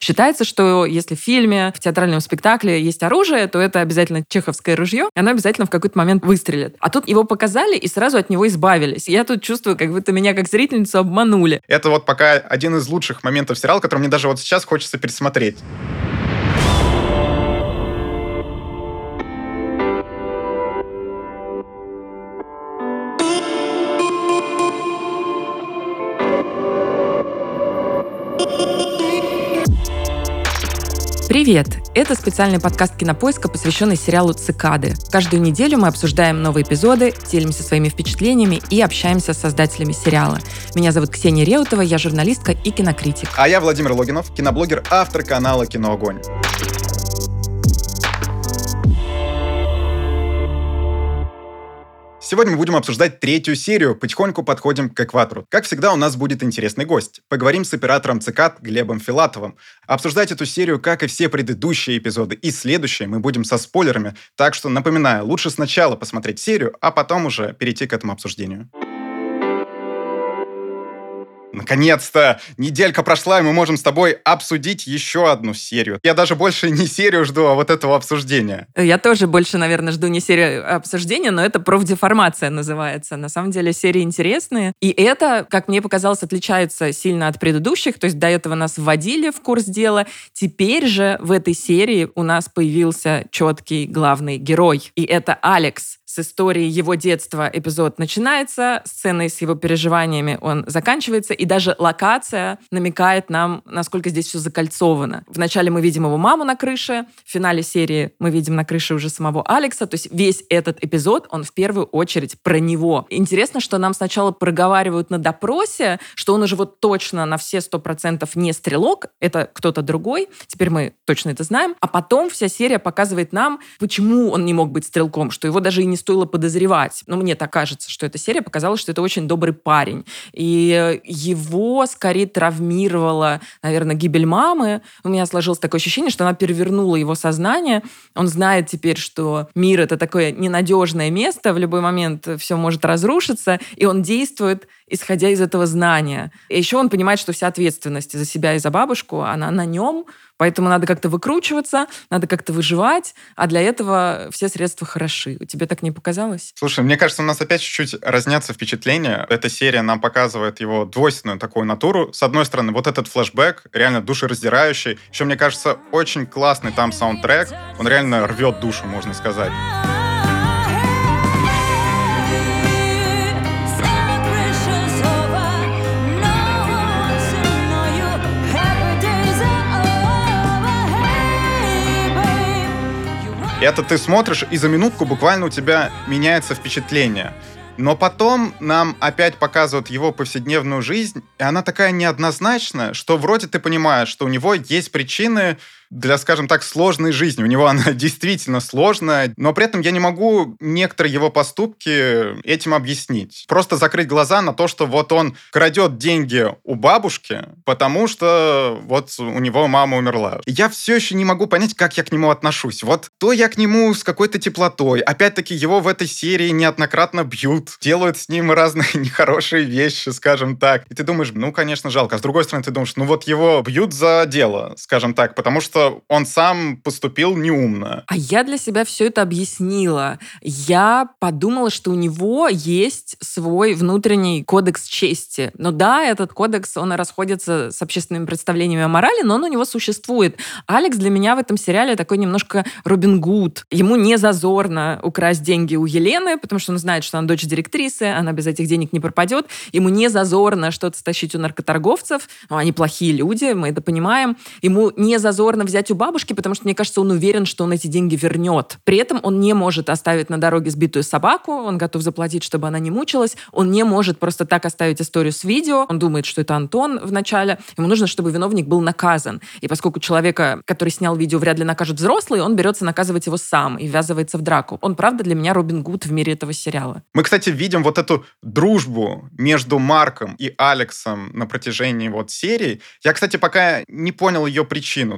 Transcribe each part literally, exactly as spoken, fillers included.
Считается, что если в фильме, в театральном спектакле есть оружие, то это обязательно чеховское ружье, и оно обязательно в какой-то момент выстрелит. А тут его показали и сразу от него избавились. Я тут чувствую, как будто меня как зрительницу обманули. Это вот пока один из лучших моментов сериала, который мне даже вот сейчас хочется пересмотреть. Привет! Это специальный подкаст «Кинопоиска», посвященный сериалу «Цикады». Каждую неделю мы обсуждаем новые эпизоды, делимся своими впечатлениями и общаемся с создателями сериала. Меня зовут Ксения Реутова, я журналистка и кинокритик. А я Владимир Логинов, киноблогер, автор канала «Киноогонь». Сегодня мы будем обсуждать третью серию, потихоньку подходим к экватору. Как всегда, у нас будет интересный гость. Поговорим с оператором «Цикад» Глебом Филатовым. Обсуждать эту серию, как и все предыдущие эпизоды и следующие, мы будем со спойлерами. Так что, напоминаю, лучше сначала посмотреть серию, а потом уже перейти к этому обсуждению. Наконец-то! Неделька прошла, и мы можем с тобой обсудить еще одну серию. Я даже больше не серию жду, а вот этого обсуждения. Я тоже больше, наверное, жду не серию обсуждения, но это профдеформация называется. На самом деле серии интересные. И это, как мне показалось, отличается сильно от предыдущих. То есть до этого нас вводили в курс дела. Теперь же в этой серии у нас появился четкий главный герой. И это Алекс. С историей его детства эпизод начинается, сценой с его переживаниями он заканчивается, и даже локация намекает нам, насколько здесь все закольцовано. Вначале мы видим его маму на крыше, в финале серии мы видим на крыше уже самого Алекса, то есть весь этот эпизод, он в первую очередь про него. Интересно, что нам сначала проговаривают на допросе, что он уже вот точно на все сто процентов не стрелок, это кто-то другой, теперь мы точно это знаем, а потом вся серия показывает нам, почему он не мог быть стрелком, что его даже и не стоило подозревать. Но мне так кажется, что эта серия показала, что это очень добрый парень. И его скорее травмировала, наверное, гибель мамы. У меня сложилось такое ощущение, что она перевернула его сознание. Он знает теперь, что мир — это такое ненадежное место, в любой момент все может разрушиться, и он действует, исходя из этого знания. И еще он понимает, что вся ответственность за себя и за бабушку, она на нем, поэтому надо как-то выкручиваться, надо как-то выживать, а для этого все средства хороши. Тебе так не показалось? Слушай, мне кажется, у нас опять чуть-чуть разнятся впечатления. Эта серия нам показывает его двойственную такую натуру. С одной стороны, вот этот флешбэк, реально душераздирающий. Еще, мне кажется, очень классный там саундтрек. Он реально рвет душу, можно сказать. Это ты смотришь, и за минутку буквально у тебя меняется впечатление. Но потом нам опять показывают его повседневную жизнь, и она такая неоднозначная, что вроде ты понимаешь, что у него есть причины для, скажем так, сложной жизни. У него она действительно сложная, но при этом я не могу некоторые его поступки этим объяснить. Просто закрыть глаза на то, что вот он крадет деньги у бабушки, потому что вот у него мама умерла. И я все еще не могу понять, как я к нему отношусь. Вот то я к нему с какой-то теплотой. Опять-таки, его в этой серии неоднократно бьют, делают с ним разные нехорошие вещи, скажем так. И ты думаешь, ну, конечно, жалко. А с другой стороны, ты думаешь, ну вот его бьют за дело, скажем так, потому что он сам поступил неумно. А я для себя все это объяснила. Я подумала, что у него есть свой внутренний кодекс чести. Но да, этот кодекс, он расходится с общественными представлениями о морали, но он у него существует. Алекс для меня в этом сериале такой немножко Робин Гуд. Ему не зазорно украсть деньги у Елены, потому что он знает, что она дочь директрисы, она без этих денег не пропадет. Ему не зазорно что-то стащить у наркоторговцев. Они плохие люди, мы это понимаем. Ему не зазорно взять у бабушки, потому что, мне кажется, он уверен, что он эти деньги вернет. При этом он не может оставить на дороге сбитую собаку, он готов заплатить, чтобы она не мучилась, он не может просто так оставить историю с видео, он думает, что это Антон вначале, ему нужно, чтобы виновник был наказан. И поскольку человека, который снял видео, вряд ли накажут взрослые, он берется наказывать его сам и ввязывается в драку. Он, правда, для меня Робин Гуд в мире этого сериала. Мы, кстати, видим вот эту дружбу между Марком и Алексом на протяжении вот серии. Я, кстати, пока не понял ее причину. То есть нам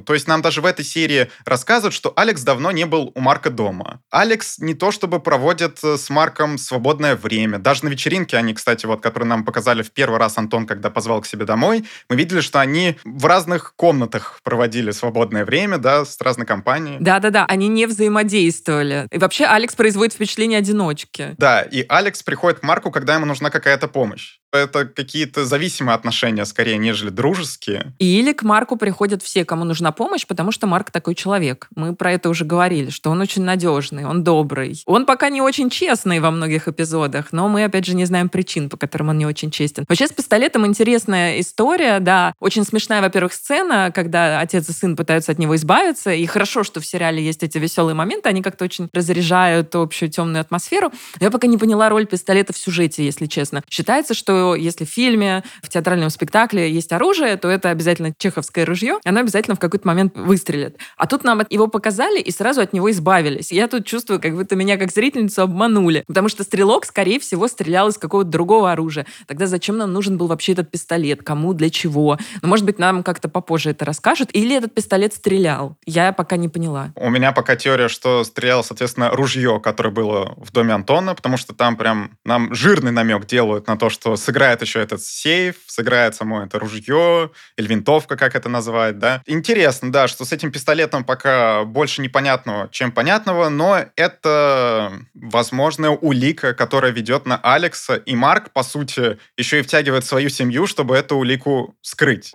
даже в этой серии рассказывают, что Алекс давно не был у Марка дома. Алекс не то чтобы проводит с Марком свободное время. Даже на вечеринке они, кстати, вот, которые нам показали в первый раз Антон, когда позвал к себе домой, мы видели, что они в разных комнатах проводили свободное время, да, с разной компанией. Да-да-да, они не взаимодействовали. И вообще Алекс производит впечатление одиночки. Да, и Алекс приходит к Марку, когда ему нужна какая-то помощь. Это какие-то зависимые отношения, скорее, нежели дружеские. Или к Марку приходят все, кому нужна помощь, потому что Марк такой человек. Мы про это уже говорили, что он очень надежный, он добрый. Он пока не очень честный во многих эпизодах, но мы, опять же, не знаем причин, по которым он не очень честен. Вообще, с пистолетом интересная история, да. Очень смешная, во-первых, сцена, когда отец и сын пытаются от него избавиться, и хорошо, что в сериале есть эти веселые моменты, они как-то очень разряжают общую темную атмосферу. Я пока не поняла роль пистолета в сюжете, если честно. Считается, что если в фильме, в театральном спектакле есть оружие, то это обязательно чеховское ружье, и оно обязательно в какой-то момент выстрелит. А тут нам его показали и сразу от него избавились. Я тут чувствую, как будто меня как зрительницу обманули, потому что стрелок, скорее всего, стрелял из какого-то другого оружия. Тогда зачем нам нужен был вообще этот пистолет? Кому? Для чего? Ну, может быть, нам как-то попозже это расскажут. Или этот пистолет стрелял? Я пока не поняла. У меня пока теория, что стреляло, соответственно, ружье, которое было в доме Антона, потому что там прям нам жирный намек делают на то, что сыграет еще этот сейф, сыграет само это ружье или винтовка, как это называют, да. Интересно, да, что с этим пистолетом пока больше непонятного, чем понятного, но это возможная улика, которая ведет на Алекса, и Марк, по сути, еще и втягивает свою семью, чтобы эту улику скрыть.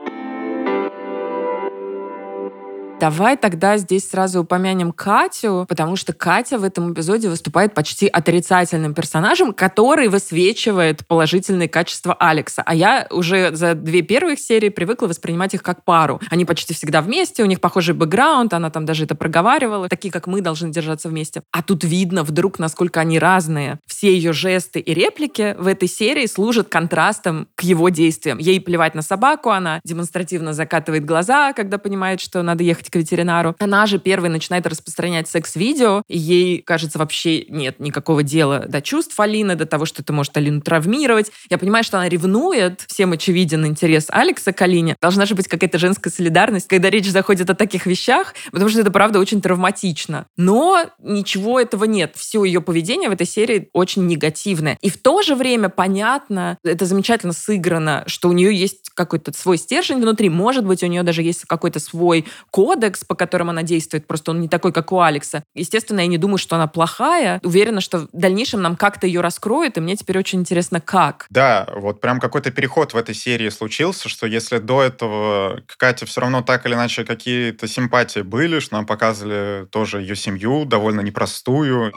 Давай тогда здесь сразу упомянем Катю, потому что Катя в этом эпизоде выступает почти отрицательным персонажем, который высвечивает положительные качества Алекса. А я уже за две первых серии привыкла воспринимать их как пару. Они почти всегда вместе, у них похожий бэкграунд, она там даже это проговаривала. Такие, как мы, должны держаться вместе. А тут видно вдруг, насколько они разные. Все ее жесты и реплики в этой серии служат контрастом к его действиям. Ей плевать на собаку, она демонстративно закатывает глаза, когда понимает, что надо ехать к ветеринару. Она же первой начинает распространять секс-видео, и ей, кажется, вообще нет никакого дела до чувств Алины, до того, что это может Алину травмировать. Я понимаю, что она ревнует. Всем очевиден интерес Алекса к Алине. Должна же быть какая-то женская солидарность, когда речь заходит о таких вещах, потому что это, правда, очень травматично. Но ничего этого нет. Все ее поведение в этой серии очень негативное. И в то же время понятно, это замечательно сыграно, что у нее есть какой-то свой стержень внутри. Может быть, у нее даже есть какой-то свой кодекс, по которым она действует, просто он не такой, как у Алекса. Естественно, я не думаю, что она плохая. Уверена, что в дальнейшем нам как-то ее раскроют, и мне теперь очень интересно, как. Да, вот прям какой-то переход в этой серии случился, что если до этого к Кате все равно так или иначе какие-то симпатии были, что нам показывали тоже ее семью, довольно непростую.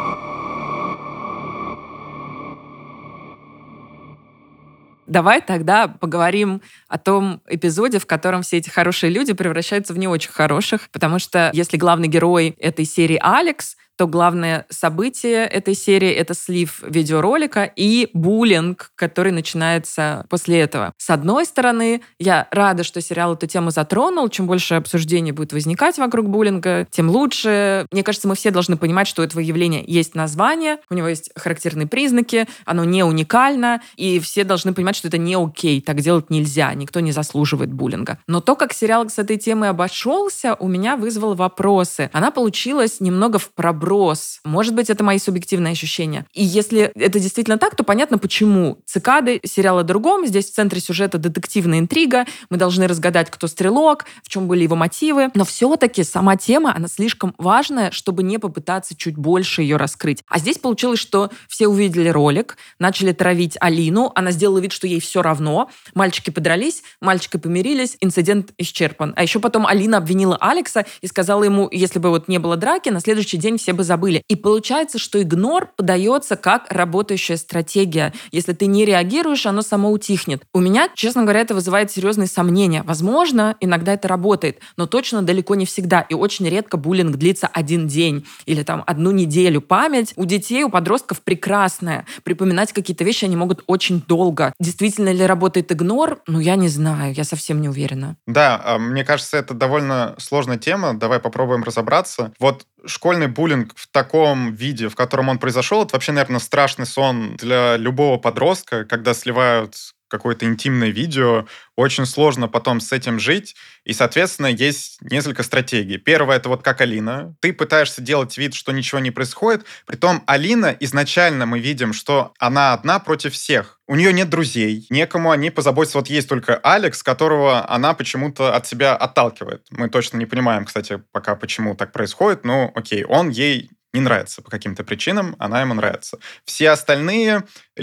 Давай тогда поговорим о том эпизоде, в котором все эти хорошие люди превращаются в не очень хороших, потому что если главный герой этой серии Алекс, то главное событие этой серии — это слив видеоролика и буллинг, который начинается после этого. С одной стороны, я рада, что сериал эту тему затронул. Чем больше обсуждений будет возникать вокруг буллинга, тем лучше. Мне кажется, мы все должны понимать, что у этого явления есть название, у него есть характерные признаки, оно не уникально, и все должны понимать, что это не окей, так делать нельзя, никто не заслуживает буллинга. Но то, как сериал с этой темой обошелся, у меня вызвало вопросы. Она получилась немного в проброс. Может быть, это мои субъективные ощущения. И если это действительно так, то понятно, почему. «Цикады» — сериал о другом. Здесь в центре сюжета детективная интрига. Мы должны разгадать, кто стрелок, в чем были его мотивы. Но все-таки сама тема, она слишком важная, чтобы не попытаться чуть больше ее раскрыть. А здесь получилось, что все увидели ролик, начали травить Алину. Она сделала вид, что ей все равно. Мальчики подрались, мальчики помирились, инцидент исчерпан. А еще потом Алина обвинила Алекса и сказала ему, если бы вот не было драки, на следующий день все бы забыли. И получается, что игнор подается как работающая стратегия. Если ты не реагируешь, оно само утихнет. У меня, честно говоря, это вызывает серьезные сомнения. Возможно, иногда это работает, но точно далеко не всегда. И очень редко буллинг длится один день или там одну неделю. Память у детей, у подростков прекрасная. Припоминать какие-то вещи они могут очень долго. Действительно ли работает игнор? Ну, я не знаю, я совсем не уверена. Да, мне кажется, это довольно сложная тема. Давай попробуем разобраться. Вот школьный буллинг в таком виде, в котором он произошел, это вообще, наверное, страшный сон для любого подростка, когда сливают какое-то интимное видео, очень сложно потом с этим жить, и, соответственно, есть несколько стратегий. Первое — это вот как Алина. Ты пытаешься делать вид, что ничего не происходит, притом Алина, изначально мы видим, что она одна против всех. У нее нет друзей, некому о ней позаботиться. Вот есть только Алекс, которого она почему-то от себя отталкивает. Мы точно не понимаем, кстати, пока почему так происходит, но окей, он ей не нравится по каким-то причинам, она ему нравится. Все остальные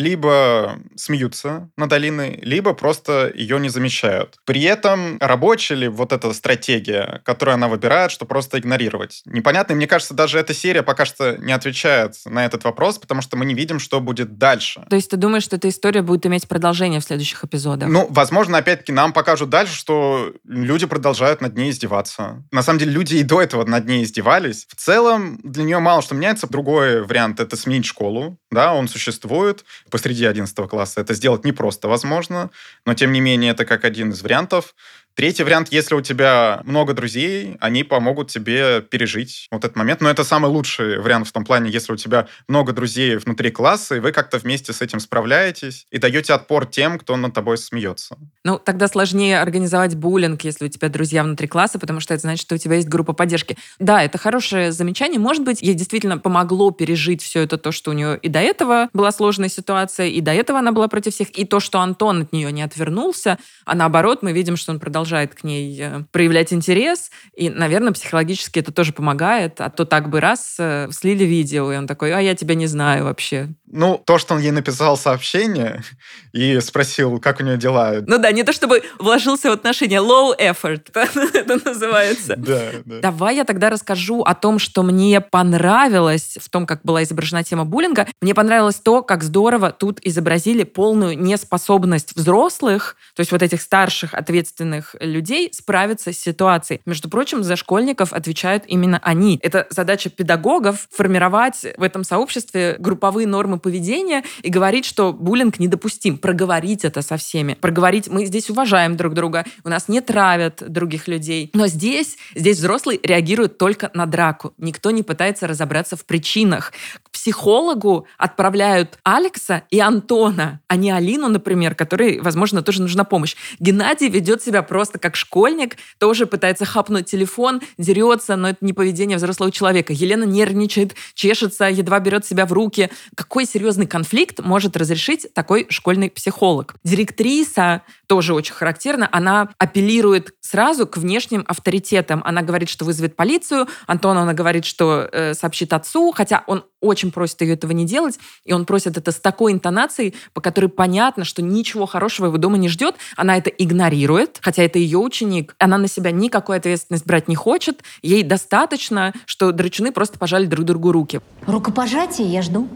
либо смеются над Алиной, либо просто ее не замечают. При этом рабочая ли вот эта стратегия, которую она выбирает, что просто игнорировать? Непонятно, и мне кажется, даже эта серия пока что не отвечает на этот вопрос, потому что мы не видим, что будет дальше. То есть ты думаешь, что эта история будет иметь продолжение в следующих эпизодах? Ну, возможно, опять-таки нам покажут дальше, что люди продолжают над ней издеваться. На самом деле, люди и до этого над ней издевались. В целом, для нее мало что меняется. Другой вариант — это сменить школу. Да, он существует посреди одиннадцатого класса. Это сделать не просто возможно, но, тем не менее, это как один из вариантов. Третий вариант: если у тебя много друзей, они помогут тебе пережить вот этот момент. Но это самый лучший вариант в том плане, если у тебя много друзей внутри класса, и вы как-то вместе с этим справляетесь и даете отпор тем, кто над тобой смеется. Ну, тогда сложнее организовать буллинг, если у тебя друзья внутри класса, потому что это значит, что у тебя есть группа поддержки. Да, это хорошее замечание. Может быть, ей действительно помогло пережить все это, то, что у нее и до этого была сложная ситуация, и до этого она была против всех, и то, что Антон от нее не отвернулся, а наоборот, мы видим, что он продолжает к ней проявлять интерес, и, наверное, психологически это тоже помогает, а то так бы раз э, слили видео, и он такой: а я тебя не знаю вообще. Ну, то, что он ей написал сообщение и спросил, как у нее дела. Ну да, не то чтобы вложился в отношения, low effort, это называется. Да, да. Давай я тогда расскажу о том, что мне понравилось в том, как была изображена тема буллинга. Мне понравилось то, как здорово тут изобразили полную неспособность взрослых, то есть вот этих старших ответственных людей, справиться с ситуацией. Между прочим, за школьников отвечают именно они. Это задача педагогов — формировать в этом сообществе групповые нормы поведения и говорить, что буллинг недопустим. Проговорить это со всеми. Проговорить: мы здесь уважаем друг друга, у нас не травят других людей. Но здесь, здесь взрослый реагирует только на драку. Никто не пытается разобраться в причинах. К психологу отправляют Алекса и Антона, а не Алину, например, которой, возможно, тоже нужна помощь. Геннадий ведет себя просто как школьник, тоже пытается хапнуть телефон, дерется, но это не поведение взрослого человека. Елена нервничает, чешется, едва берет себя в руки. Какой серьезный конфликт может разрешить такой школьный психолог? Директриса, тоже очень характерно, она апеллирует сразу к внешним авторитетам. Она говорит, что вызовет полицию, Антон, она говорит, что э, сообщит отцу, хотя он очень просит ее этого не делать, и он просит это с такой интонацией, по которой понятно, что ничего хорошего его дома не ждет. Она это игнорирует, хотя это ее ученик. Она на себя никакой ответственность брать не хочет. Ей достаточно, что драчуны просто пожали друг другу руки. Рукопожатие я жду.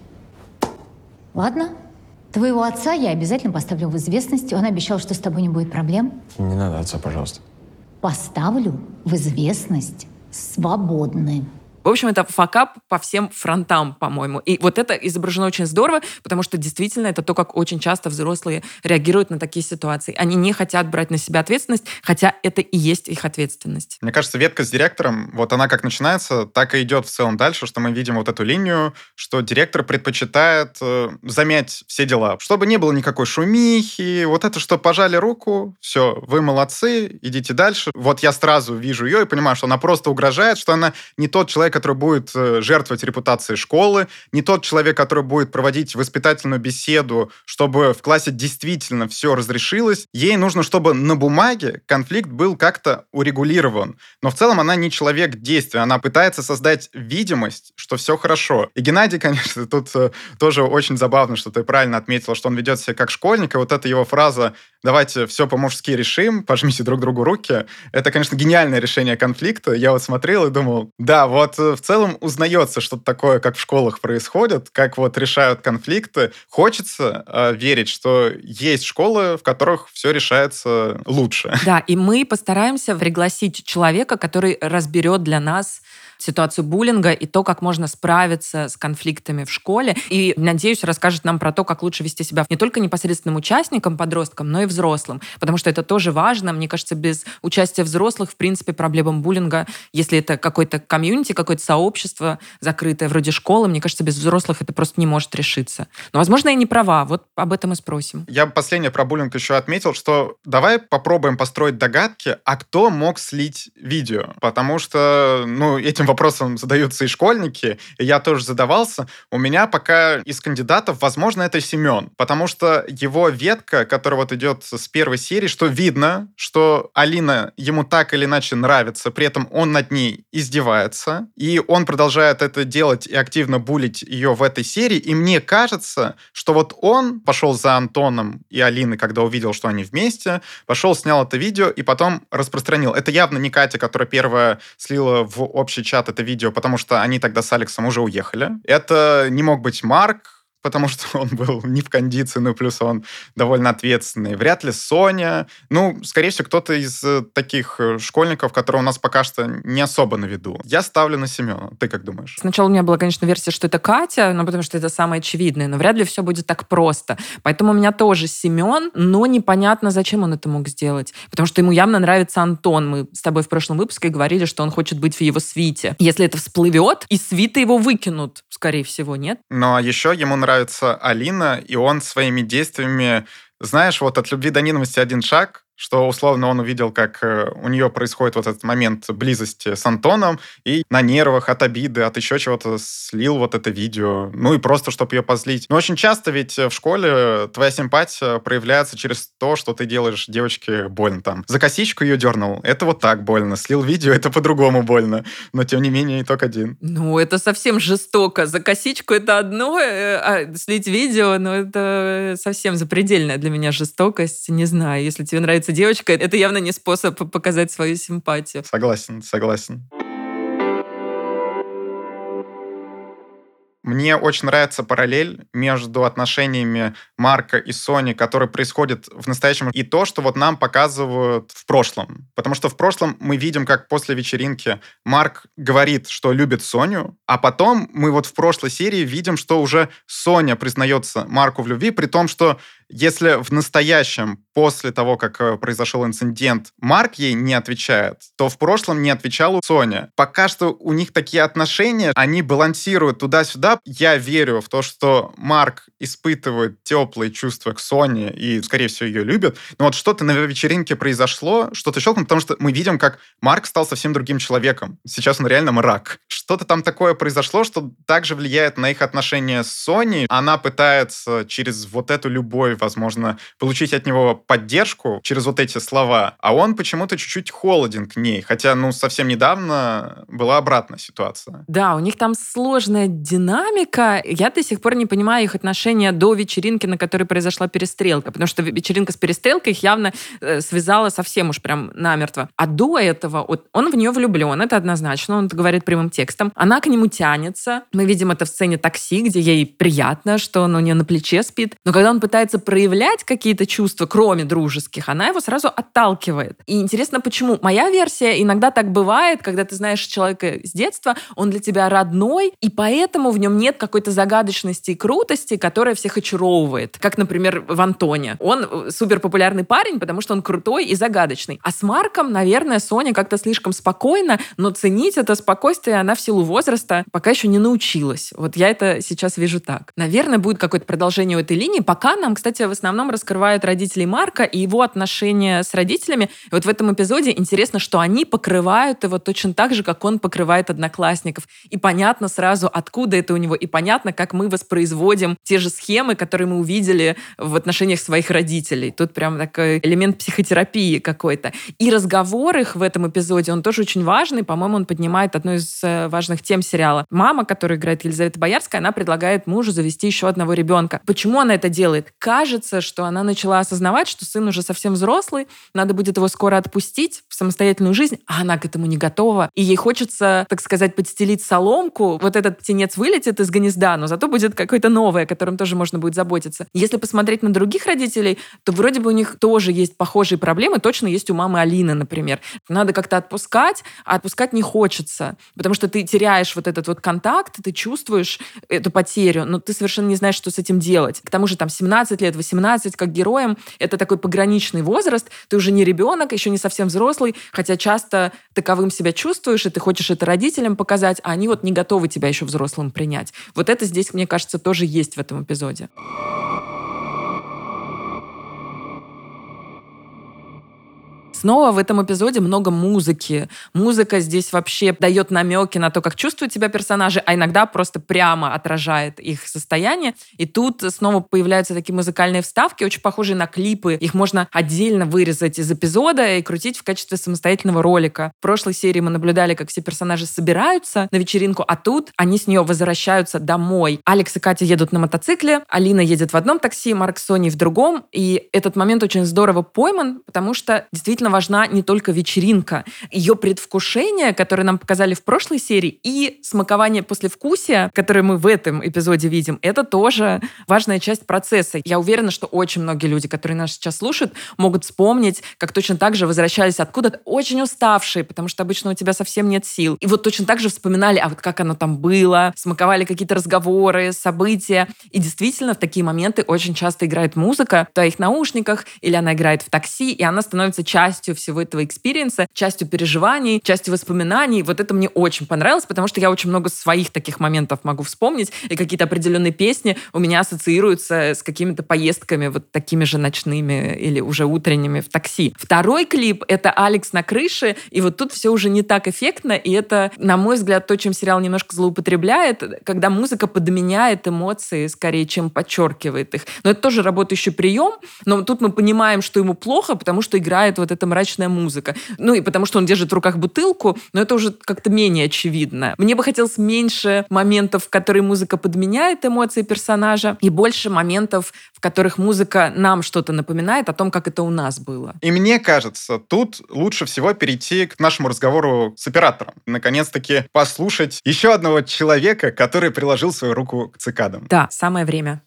Ладно. Твоего отца я обязательно поставлю в известность. Он обещал, что с тобой не будет проблем. Не надо отца, пожалуйста. Поставлю в известность свободным. В общем, это факап по всем фронтам, по-моему. И вот это изображено очень здорово, потому что действительно это то, как очень часто взрослые реагируют на такие ситуации. Они не хотят брать на себя ответственность, хотя это и есть их ответственность. Мне кажется, ветка с директором, вот она как начинается, так и идет в целом дальше, что мы видим вот эту линию, что директор предпочитает э, замять все дела, чтобы не было никакой шумихи, вот это, что пожали руку, все, вы молодцы, идите дальше. Вот я сразу вижу ее и понимаю, что она просто угрожает, что она не тот человек, который будет жертвовать репутацией школы, не тот человек, который будет проводить воспитательную беседу, чтобы в классе действительно все разрешилось. Ей нужно, чтобы на бумаге конфликт был как-то урегулирован. Но в целом она не человек действия, она пытается создать видимость, что все хорошо. И Геннадий, конечно, тут тоже очень забавно, что ты правильно отметила, что он ведет себя как школьник, и вот эта его фраза «давайте все по-мужски решим, пожмите друг другу руки», это, конечно, гениальное решение конфликта. Я вот смотрел и думал, да, вот в целом узнается что-то такое, как в школах происходит, как вот решают конфликты. Хочется э, верить, что есть школы, в которых все решается лучше. Да, и мы постараемся пригласить человека, который разберет для нас ситуацию буллинга и то, как можно справиться с конфликтами в школе. И, надеюсь, расскажет нам про то, как лучше вести себя не только непосредственным участникам, подросткам, но и взрослым. Потому что это тоже важно. Мне кажется, без участия взрослых, в принципе, проблемам буллинга, если это какой-то комьюнити, какое-то сообщество закрытое, вроде школы, мне кажется, без взрослых это просто не может решиться. Но, возможно, я не права. Вот об этом и спросим. Я последнее про буллинг еще отметил, что давай попробуем построить догадки, а кто мог слить видео. Потому что, ну, этим вопросом задаются и школьники, и я тоже задавался. У меня пока из кандидатов, возможно, это Семен. Потому что его ветка, которая вот идет с первой серии, что видно, что Алина ему так или иначе нравится, при этом он над ней издевается, и он продолжает это делать и активно булить ее в этой серии, и мне кажется, что вот он пошел за Антоном и Алиной, когда увидел, что они вместе, пошел, снял это видео и потом распространил. Это явно не Катя, которая первая слила в общий чат это видео, потому что они тогда с Алексом уже уехали. Это не мог быть Марк, потому что он был не в кондиции, ну, плюс он довольно ответственный. Вряд ли Соня. Ну, скорее всего, кто-то из таких школьников, которые у нас пока что не особо на виду. Я ставлю на Семена. Ты как думаешь? Сначала у меня была, конечно, версия, что это Катя, но потому что это самое очевидное. Но вряд ли все будет так просто. Поэтому у меня тоже Семен, но непонятно, зачем он это мог сделать. Потому что ему явно нравится Антон. Мы с тобой в прошлом выпуске говорили, что он хочет быть в его свите. Если это всплывет, из свита его выкинут, скорее всего, нет? Но еще ему нравится Алина, и он своими действиями, знаешь, вот от любви до ненависти один шаг, что условно он увидел, как у нее происходит вот этот момент близости с Антоном, и на нервах от обиды, от еще чего-то слил вот это видео, ну и просто, чтобы ее позлить. Но очень часто ведь в школе твоя симпатия проявляется через то, что ты делаешь девочке больно там. За косичку ее дернул, это вот так больно. Слил видео, это по-другому больно. Но тем не менее итог один. Ну, это совсем жестоко. За косичку это одно, а слить видео, ну, это совсем запредельная для меня жестокость. Не знаю, если тебе нравится девочка, это явно не способ показать свою симпатию. Согласен, согласен. Мне очень нравится параллель между отношениями Марка и Сони, которые происходят в настоящем, и то, что вот нам показывают в прошлом. Потому что в прошлом мы видим, как после вечеринки Марк говорит, что любит Соню, а потом мы вот в прошлой серии видим, что уже Соня признается Марку в любви, при том, что если в настоящем, после того, как произошел инцидент, Марк ей не отвечает, то в прошлом не отвечала Соня. Пока что у них такие отношения, они балансируют туда-сюда. Я верю в то, что Марк испытывает теплые чувства к Соне и, скорее всего, ее любит. Но вот что-то на вечеринке произошло, что-то щелкнуло, потому что мы видим, как Марк стал совсем другим человеком. Сейчас он реально мрак. Что-то там такое произошло, что также влияет на их отношения с Соней. Она пытается через вот эту любовь, возможно, получить от него поддержку через вот эти слова, а он почему-то чуть-чуть холоден к ней, хотя, ну, совсем недавно была обратная ситуация. Да, у них там сложная динамика. Я до сих пор не понимаю их отношения до вечеринки, на которой произошла перестрелка, потому что вечеринка с перестрелкой их явно э, связала совсем уж прям намертво. А до этого вот, он в нее влюблен, это однозначно, он это говорит прямым текстом. Она к нему тянется. Мы видим это в сцене такси, где ей приятно, что он у нее на плече спит. Но когда он пытается проявлять какие-то чувства, кроме дружеских, она его сразу отталкивает. И интересно, почему? Моя версия, иногда так бывает, когда ты знаешь человека с детства, он для тебя родной, и поэтому в нем нет какой-то загадочности и крутости, которая всех очаровывает. Как, например, в Антоне. Он суперпопулярный парень, потому что он крутой и загадочный. А с Марком, наверное, Соня как-то слишком спокойна, но ценить это спокойствие она в силу возраста пока еще не научилась. Вот я это сейчас вижу так. Наверное, будет какое-то продолжение у этой линии. Пока нам, кстати, в основном раскрывают родителей Марка и его отношения с родителями. И вот в этом эпизоде интересно, что они покрывают его точно так же, как он покрывает одноклассников. И понятно сразу, откуда это у него, и понятно, как мы воспроизводим те же схемы, которые мы увидели в отношениях своих родителей. Тут прям такой элемент психотерапии какой-то. И разговор их в этом эпизоде, он тоже очень важный. По-моему, он поднимает одну из важных тем сериала. Мама, которую играет Елизавета Боярская, она предлагает мужу завести еще одного ребенка. Почему она это делает? Кажется, что она начала осознавать, что сын уже совсем взрослый, надо будет его скоро отпустить в самостоятельную жизнь, а она к этому не готова. И ей хочется, так сказать, подстелить соломку. Вот этот птенец вылетит из гнезда, но зато будет какое-то новое, о котором тоже можно будет заботиться. Если посмотреть на других родителей, то вроде бы у них тоже есть похожие проблемы. Точно есть у мамы Алины, например. Надо как-то отпускать, а отпускать не хочется. Потому что ты теряешь вот этот вот контакт, ты чувствуешь эту потерю, но ты совершенно не знаешь, что с этим делать. К тому же там семнадцать лет, восемнадцать, как героям, это такой пограничный возраст, ты уже не ребенок, еще не совсем взрослый, хотя часто таковым себя чувствуешь, и ты хочешь это родителям показать, а они вот не готовы тебя еще взрослым принять. Вот это здесь, мне кажется, тоже есть в этом эпизоде. Снова в этом эпизоде много музыки. Музыка здесь вообще дает намеки на то, как чувствуют себя персонажи, а иногда просто прямо отражает их состояние. И тут снова появляются такие музыкальные вставки, очень похожие на клипы. Их можно отдельно вырезать из эпизода и крутить в качестве самостоятельного ролика. В прошлой серии мы наблюдали, как все персонажи собираются на вечеринку, а тут они с нее возвращаются домой. Алекс и Катя едут на мотоцикле, Алина едет в одном такси, Марк с Соней в другом. И этот момент очень здорово пойман, потому что действительно важна не только вечеринка. Ее предвкушение, которое нам показали в прошлой серии, и смакование послевкусия, которое мы в этом эпизоде видим, это тоже важная часть процесса. Я уверена, что очень многие люди, которые нас сейчас слушают, могут вспомнить, как точно так же возвращались откуда-то очень уставшие, потому что обычно у тебя совсем нет сил. И вот точно так же вспоминали, а вот как оно там было, смаковали какие-то разговоры, события. И действительно, в такие моменты очень часто играет музыка в твоих наушниках, или она играет в такси, и она становится частью всего этого экспириенса, частью переживаний, частью воспоминаний. Вот это мне очень понравилось, потому что я очень много своих таких моментов могу вспомнить, и какие-то определенные песни у меня ассоциируются с какими-то поездками вот такими же ночными или уже утренними в такси. Второй клип — это Алекс на крыше, и вот тут все уже не так эффектно, и это, на мой взгляд, то, чем сериал немножко злоупотребляет, когда музыка подменяет эмоции скорее, чем подчеркивает их. Но это тоже работающий прием, но тут мы понимаем, что ему плохо, потому что играет вот эта мрачная музыка. Ну и потому что он держит в руках бутылку, но это уже как-то менее очевидно. Мне бы хотелось меньше моментов, в которые музыка подменяет эмоции персонажа, и больше моментов, в которых музыка нам что-то напоминает о том, как это у нас было. И мне кажется, тут лучше всего перейти к нашему разговору с оператором. Наконец-таки послушать еще одного человека, который приложил свою руку к цикадам. Да, самое время.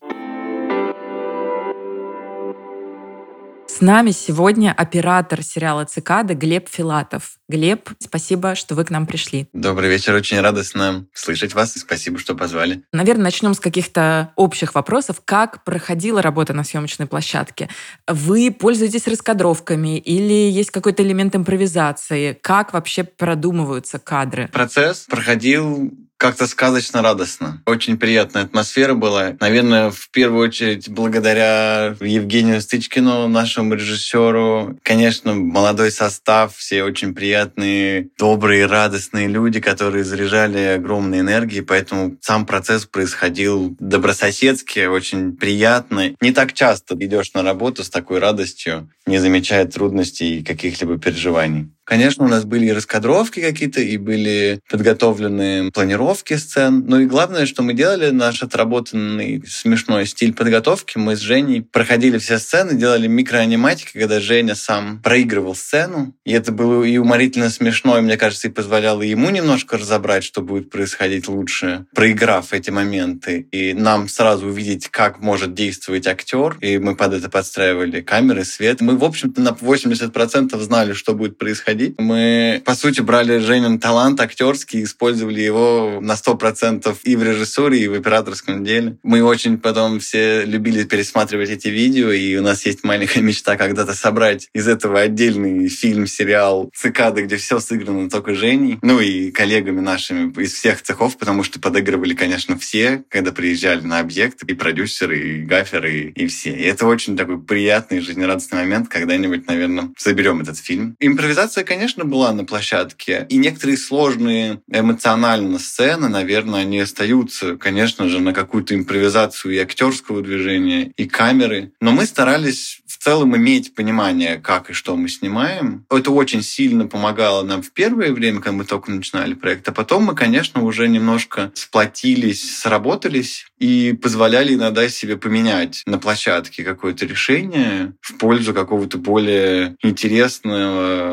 С нами сегодня оператор сериала «Цикады» Глеб Филатов. Глеб, спасибо, что вы к нам пришли. Добрый вечер, очень радостно слышать вас, и спасибо, что позвали. Наверное, начнем с каких-то общих вопросов. Как проходила работа на съемочной площадке? Вы пользуетесь раскадровками или есть какой-то элемент импровизации? Как вообще продумываются кадры? Процесс проходил как-то сказочно радостно. Очень приятная атмосфера была. Наверное, в первую очередь благодаря Евгению Стычкину, нашему режиссеру. Конечно, молодой состав, все очень приятные, добрые, радостные люди, которые заряжали огромной энергией, поэтому сам процесс происходил добрососедски, очень приятно. Не так часто идешь на работу с такой радостью, не замечая трудностей и каких-либо переживаний. Конечно, у нас были и раскадровки какие-то, и были подготовлены планировки сцен. Ну и главное, что мы делали, наш отработанный смешной стиль подготовки, мы с Женей проходили все сцены, делали микроаниматики, когда Женя сам проигрывал сцену. И это было и уморительно смешно, и, мне кажется, и позволяло ему немножко разобрать, что будет происходить лучше, проиграв эти моменты. И нам сразу увидеть, как может действовать актер. И мы под это подстраивали камеры, свет. Мы, в общем-то, на восемьдесят процентов знали, что будет происходить. Мы, по сути, брали Женин талант актерский, использовали его на сто процентов и в режиссуре, и в операторском деле. Мы очень потом все любили пересматривать эти видео, и у нас есть маленькая мечта когда-то собрать из этого отдельный фильм, сериал «Цикады», где все сыграно только Женей, ну и коллегами нашими из всех цехов, потому что подыгрывали, конечно, все, когда приезжали на объект, и продюсеры, и гаферы, и, и все. И это очень такой приятный, жизнерадостный момент. Когда-нибудь, наверное, соберем этот фильм. Импровизация, конечно, была на площадке. И некоторые сложные эмоционально сцены, наверное, они остаются, конечно же, на какую-то импровизацию и актерского движения, и камеры. Но мы старались в целом иметь понимание, как и что мы снимаем. Это очень сильно помогало нам в первое время, когда мы только начинали проект. А потом мы, конечно, уже немножко сплотились, сработались и позволяли иногда себе поменять на площадке какое-то решение в пользу какого-то более интересного, экзотического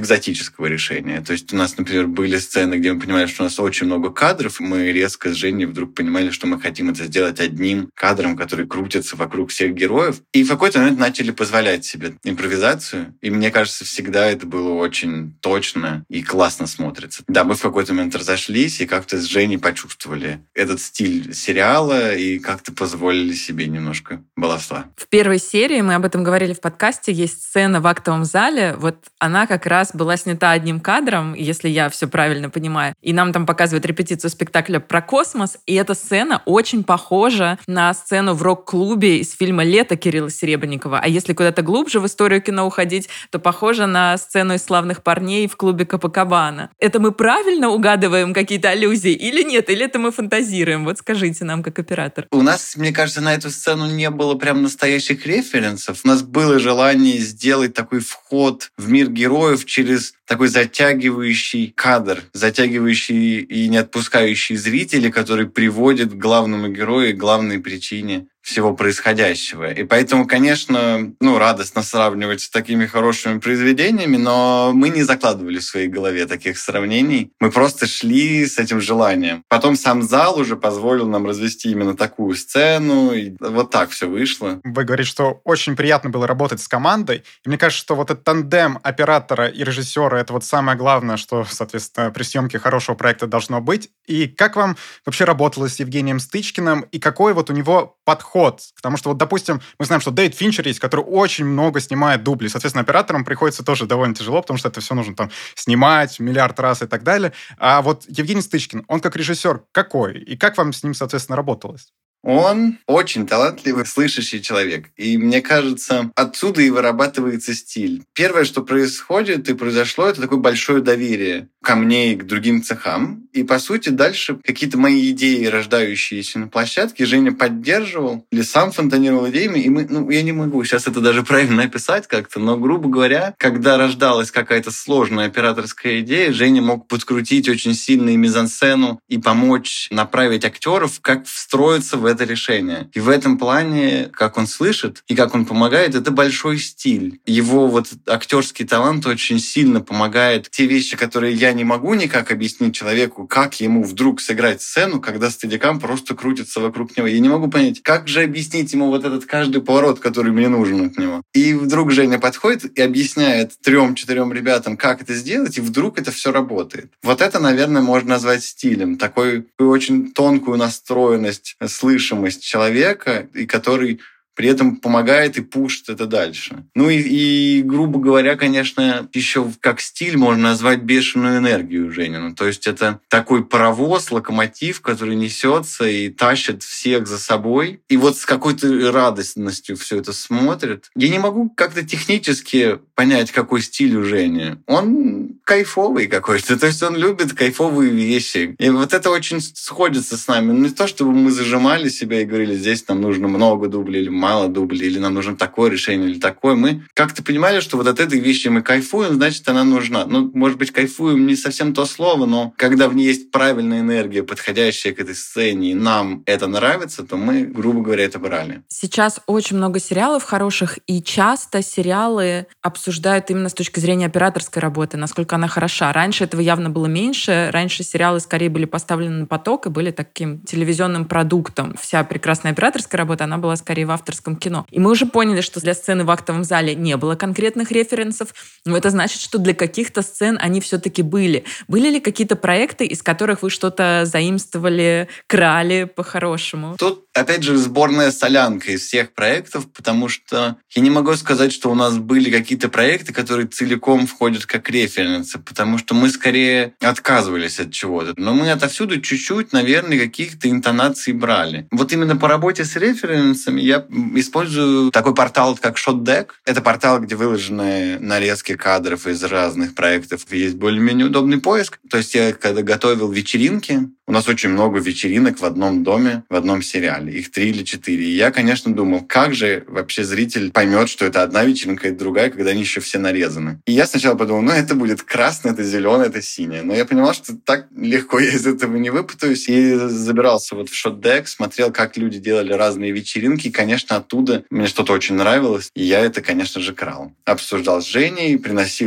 экзотического решения. То есть у нас, например, были сцены, где мы понимали, что у нас очень много кадров, и мы резко с Женей вдруг понимали, что мы хотим это сделать одним кадром, который крутится вокруг всех героев. И в какой-то момент начали позволять себе импровизацию. И мне кажется, всегда это было очень точно и классно смотрится. Да, мы в какой-то момент разошлись и как-то с Женей почувствовали этот стиль сериала и как-то позволили себе немножко баловства. В первой серии, мы об этом говорили в подкасте, есть сцена в актовом зале. Вот она как раз была снята одним кадром, если я все правильно понимаю. И нам там показывают репетицию спектакля про космос. И эта сцена очень похожа на сцену в рок-клубе из фильма «Лето» Кирилла Серебренникова. А если куда-то глубже в историю кино уходить, то похоже на сцену из «Славных парней» в клубе Копакабана. Это мы правильно угадываем какие-то аллюзии или нет? Или это мы фантазируем? Вот скажите нам, как оператор. У нас, мне кажется, на эту сцену не было прям настоящих референсов. У нас было желание сделать такой вход в мир героев через такой затягивающий кадр, затягивающий и не отпускающий зрителей, который приводит к главному герою и главной причине всего происходящего. И поэтому, конечно, ну, радостно сравнивать с такими хорошими произведениями, но мы не закладывали в своей голове таких сравнений. Мы просто шли с этим желанием. Потом сам зал уже позволил нам развести именно такую сцену, и вот так все вышло. Вы говорите, что очень приятно было работать с командой, и мне кажется, что вот этот тандем оператора и режиссера — это вот самое главное, что, соответственно, при съемке хорошего проекта должно быть. И как вам вообще работалось с Евгением Стычкиным, и какой вот у него подход? Потому что, вот, допустим, мы знаем, что Дэвид Финчер есть, который очень много снимает дублей. Соответственно, операторам приходится тоже довольно тяжело, потому что это все нужно там снимать миллиард раз и так далее. А вот Евгений Стычкин, он как режиссер какой? И как вам с ним, соответственно, работалось? Он очень талантливый, слышащий человек. И мне кажется, отсюда и вырабатывается стиль. Первое, что происходит и произошло, это такое большое доверие ко мне и к другим цехам. И, по сути, дальше какие-то мои идеи, рождающиеся на площадке, Женя поддерживал или сам фонтанировал идеями. И мы, ну, я не могу сейчас это даже правильно описать как-то, но, грубо говоря, когда рождалась какая-то сложная операторская идея, Женя мог подкрутить очень сильно и мизансцену и помочь направить актеров, как встроиться в это решение. И в этом плане, как он слышит и как он помогает, это большой стиль. Его вот актерский талант очень сильно помогает. Те вещи, которые я не могу никак объяснить человеку, как ему вдруг сыграть сцену, когда стадикам просто крутится вокруг него. Я не могу понять, как же объяснить ему вот этот каждый поворот, который мне нужен от него. И вдруг Женя подходит и объясняет трем-четырем ребятам, как это сделать, и вдруг это все работает. Вот это, наверное, можно назвать стилем. Такой, такую очень тонкую настроенность, слышимость человека, и который при этом помогает и пушит это дальше. Ну и, и, грубо говоря, конечно, еще как стиль можно назвать бешеную энергию Женину. То есть это такой паровоз, локомотив, который несется и тащит всех за собой. И вот с какой-то радостностью все это смотрит. Я не могу как-то технически понять, какой стиль у Жени. Он кайфовый какой-то. То есть он любит кайфовые вещи. И вот это очень сходится с нами. Не то, чтобы мы зажимали себя и говорили, здесь нам нужно много дублей или мало дублей, или нам нужно такое решение, или такое. Мы как-то понимали, что вот от этой вещи мы кайфуем, значит, она нужна. Ну, может быть, кайфуем не совсем то слово, но когда в ней есть правильная энергия, подходящая к этой сцене, и нам это нравится, то мы, грубо говоря, это брали. Сейчас очень много сериалов хороших, и часто сериалы обсуждают именно с точки зрения операторской работы, насколько она хороша. Раньше этого явно было меньше. Раньше сериалы скорее были поставлены на поток и были таким телевизионным продуктом. Вся прекрасная операторская работа, она была скорее в авторском кино. И мы уже поняли, что для сцены в актовом зале не было конкретных референсов, но это значит, что для каких-то сцен они все-таки были. Были ли какие-то проекты, из которых вы что-то заимствовали, крали по-хорошему? Тут, опять же, сборная солянка из всех проектов, потому что я не могу сказать, что у нас были какие-то проекты, которые целиком входят как референсы, потому что мы скорее отказывались от чего-то. Но мы отовсюду чуть-чуть, наверное, каких-то интонаций брали. Вот именно по работе с референсами я использую такой портал, как ShotDeck. Это портал, где выложены нарезки кадров из разных проектов. Есть более-менее удобный поиск. То есть я, когда готовил вечеринки, у нас очень много вечеринок в одном доме, в одном сериале. Их три или четыре. И я, конечно, думал, как же вообще зритель поймет, что это одна вечеринка и другая, когда они еще все нарезаны. И я сначала подумал, ну, это будет красное, это зеленое, это синее. Но я понимал, что так легко я из этого не выпутаюсь. И забирался вот в ShotDeck, смотрел, как люди делали разные вечеринки. И, конечно, оттуда мне что-то очень нравилось. И я это, конечно же, крал. Обсуждал с Женей, приносил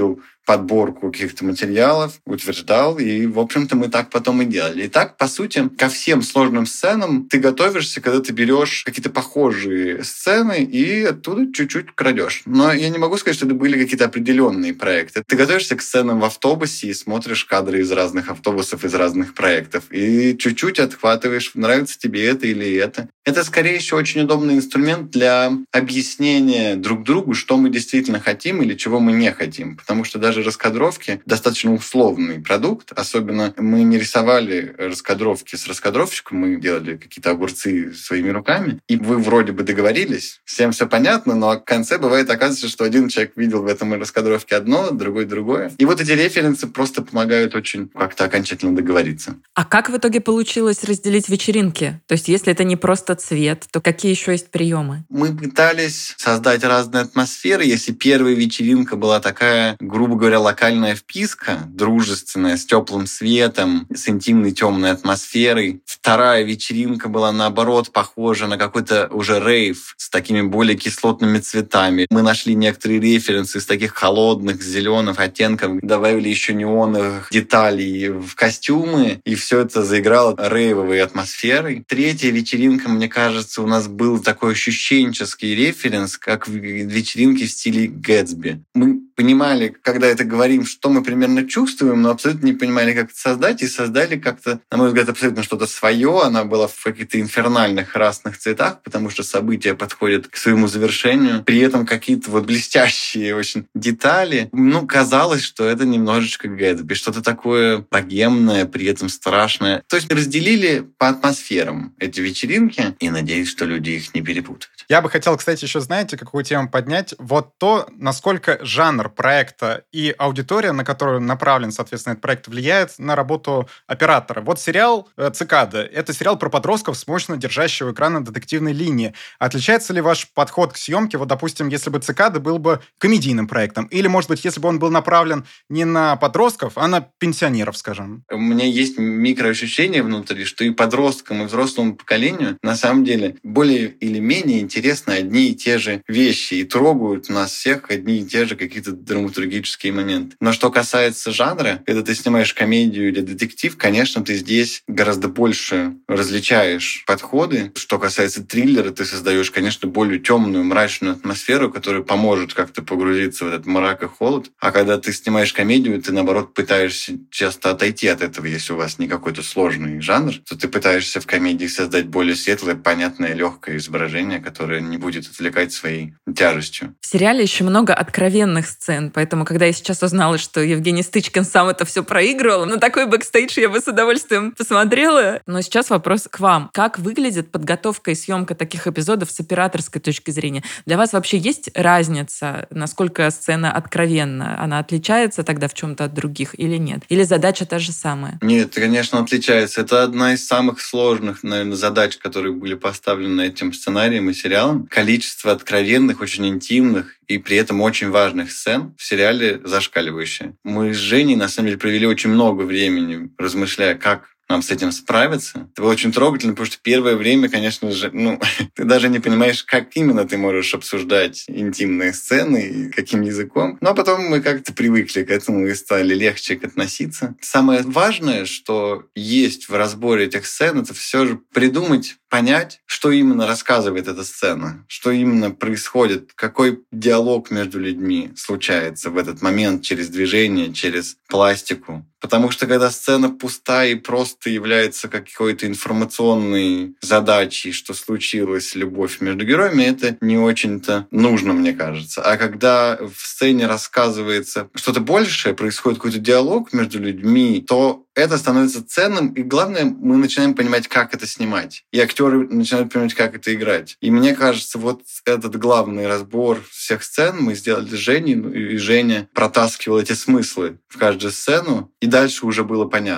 подборку каких-то материалов, утверждал, и, в общем-то, мы так потом и делали. И так, по сути, ко всем сложным сценам ты готовишься, когда ты берешь какие-то похожие сцены и оттуда чуть-чуть крадешь. Но я не могу сказать, что это были какие-то определенные проекты. Ты готовишься к сценам в автобусе и смотришь кадры из разных автобусов, из разных проектов, и чуть-чуть отхватываешь, нравится тебе это или это. Это, скорее всего, очень удобный инструмент для объяснения друг другу, что мы действительно хотим или чего мы не хотим. Потому что даже раскадровки — достаточно условный продукт. Особенно мы не рисовали раскадровки с раскадровщиком, мы делали какие-то огурцы своими руками. И вы вроде бы договорились, всем все понятно, но в конце бывает, оказывается, что один человек видел в этом раскадровке одно, другой другое. И вот эти референсы просто помогают очень как-то окончательно договориться. А как в итоге получилось разделить вечеринки? То есть если это не просто цвет, то какие еще есть приемы? Мы пытались создать разные атмосферы. Если первая вечеринка была такая, грубо говоря, локальная вписка, дружественная, с теплым светом, с интимной темной атмосферой. Вторая вечеринка была, наоборот, похожа на какой-то уже рейв с такими более кислотными цветами. Мы нашли некоторые референсы из таких холодных, зеленых оттенков, добавили еще неоновых деталей в костюмы, и все это заиграло рейвовой атмосферой. Третья вечеринка, мне кажется, у нас был такой ощущенческий референс, как в вечеринке в стиле Гэтсби. Мы понимали, когда это говорим, что мы примерно чувствуем, но абсолютно не понимали, как это создать, и создали как-то, на мой взгляд, абсолютно что-то свое. Она была в каких-то инфернальных красных цветах, потому что события подходят к своему завершению. При этом какие-то вот блестящие очень детали. Ну, казалось, что это немножечко Гэтсби, что-то такое богемное, при этом страшное. То есть разделили по атмосферам эти вечеринки, и надеюсь, что люди их не перепутают. Я бы хотел, кстати, еще, знаете, какую тему поднять? Вот то, насколько жанр проекта и аудитория, на которую направлен, соответственно, этот проект, влияет на работу оператора. Вот сериал «Цикада» — это сериал про подростков с мощно держащего экрана детективной линии. Отличается ли ваш подход к съемке, вот, допустим, если бы «Цикада» был бы комедийным проектом? Или, может быть, если бы он был направлен не на подростков, а на пенсионеров, скажем? У меня есть микроощущение внутри, что и подросткам, и взрослому поколению на самом деле более или менее интересны одни и те же вещи, и трогают нас всех одни и те же какие-то драматургические моменты. Но что касается жанра, когда ты снимаешь комедию или детектив, конечно, ты здесь гораздо больше различаешь подходы. Что касается триллера, ты создаешь, конечно, более темную, мрачную атмосферу, которая поможет как-то погрузиться в этот мрак и холод. А когда ты снимаешь комедию, ты, наоборот, пытаешься часто отойти от этого, если у вас не какой-то сложный жанр, то ты пытаешься в комедии создать более светлое, понятное, легкое изображение, которое не будет отвлекать своей тяжестью. В сериале еще много откровенных сцен, поэтому, когда я сейчас узнала, что Евгений Стычкин сам это все проигрывал, на такой бэкстейдж я бы с удовольствием посмотрела. Но сейчас вопрос к вам. Как выглядит подготовка и съемка таких эпизодов с операторской точки зрения? Для вас вообще есть разница, насколько сцена откровенна? Она отличается тогда в чем-то от других или нет? Или задача та же самая? Нет, конечно, отличается. Это одна из самых сложных, наверное, задач, которые были поставлены этим сценарием и сериалом. Количество откровенных, очень интимных и при этом очень важных сцен в сериале зашкаливающее. Мы с Женей, на самом деле, провели очень много времени, размышляя, как нам с этим справиться. Это было очень трогательно, потому что первое время, конечно же, ну, ты даже не понимаешь, как именно ты можешь обсуждать интимные сцены и каким языком. Но потом мы как-то привыкли к этому и стали легче к относиться. Самое важное, что есть в разборе этих сцен, это все же придумать, понять, что именно рассказывает эта сцена, что именно происходит, какой диалог между людьми случается в этот момент через движение, через пластику. Потому что когда сцена пустая и просто является какой-то информационной задачей, что случилась любовь между героями, это не очень-то нужно, мне кажется. А когда в сцене рассказывается что-то большее, происходит какой-то диалог между людьми, то это становится ценным, и главное, мы начинаем понимать, как это снимать. И актеры начинают понимать, как это играть. И мне кажется, вот этот главный разбор всех сцен мы сделали с Женей, и Женя протаскивал эти смыслы в каждую сцену, и дальше уже было понятно.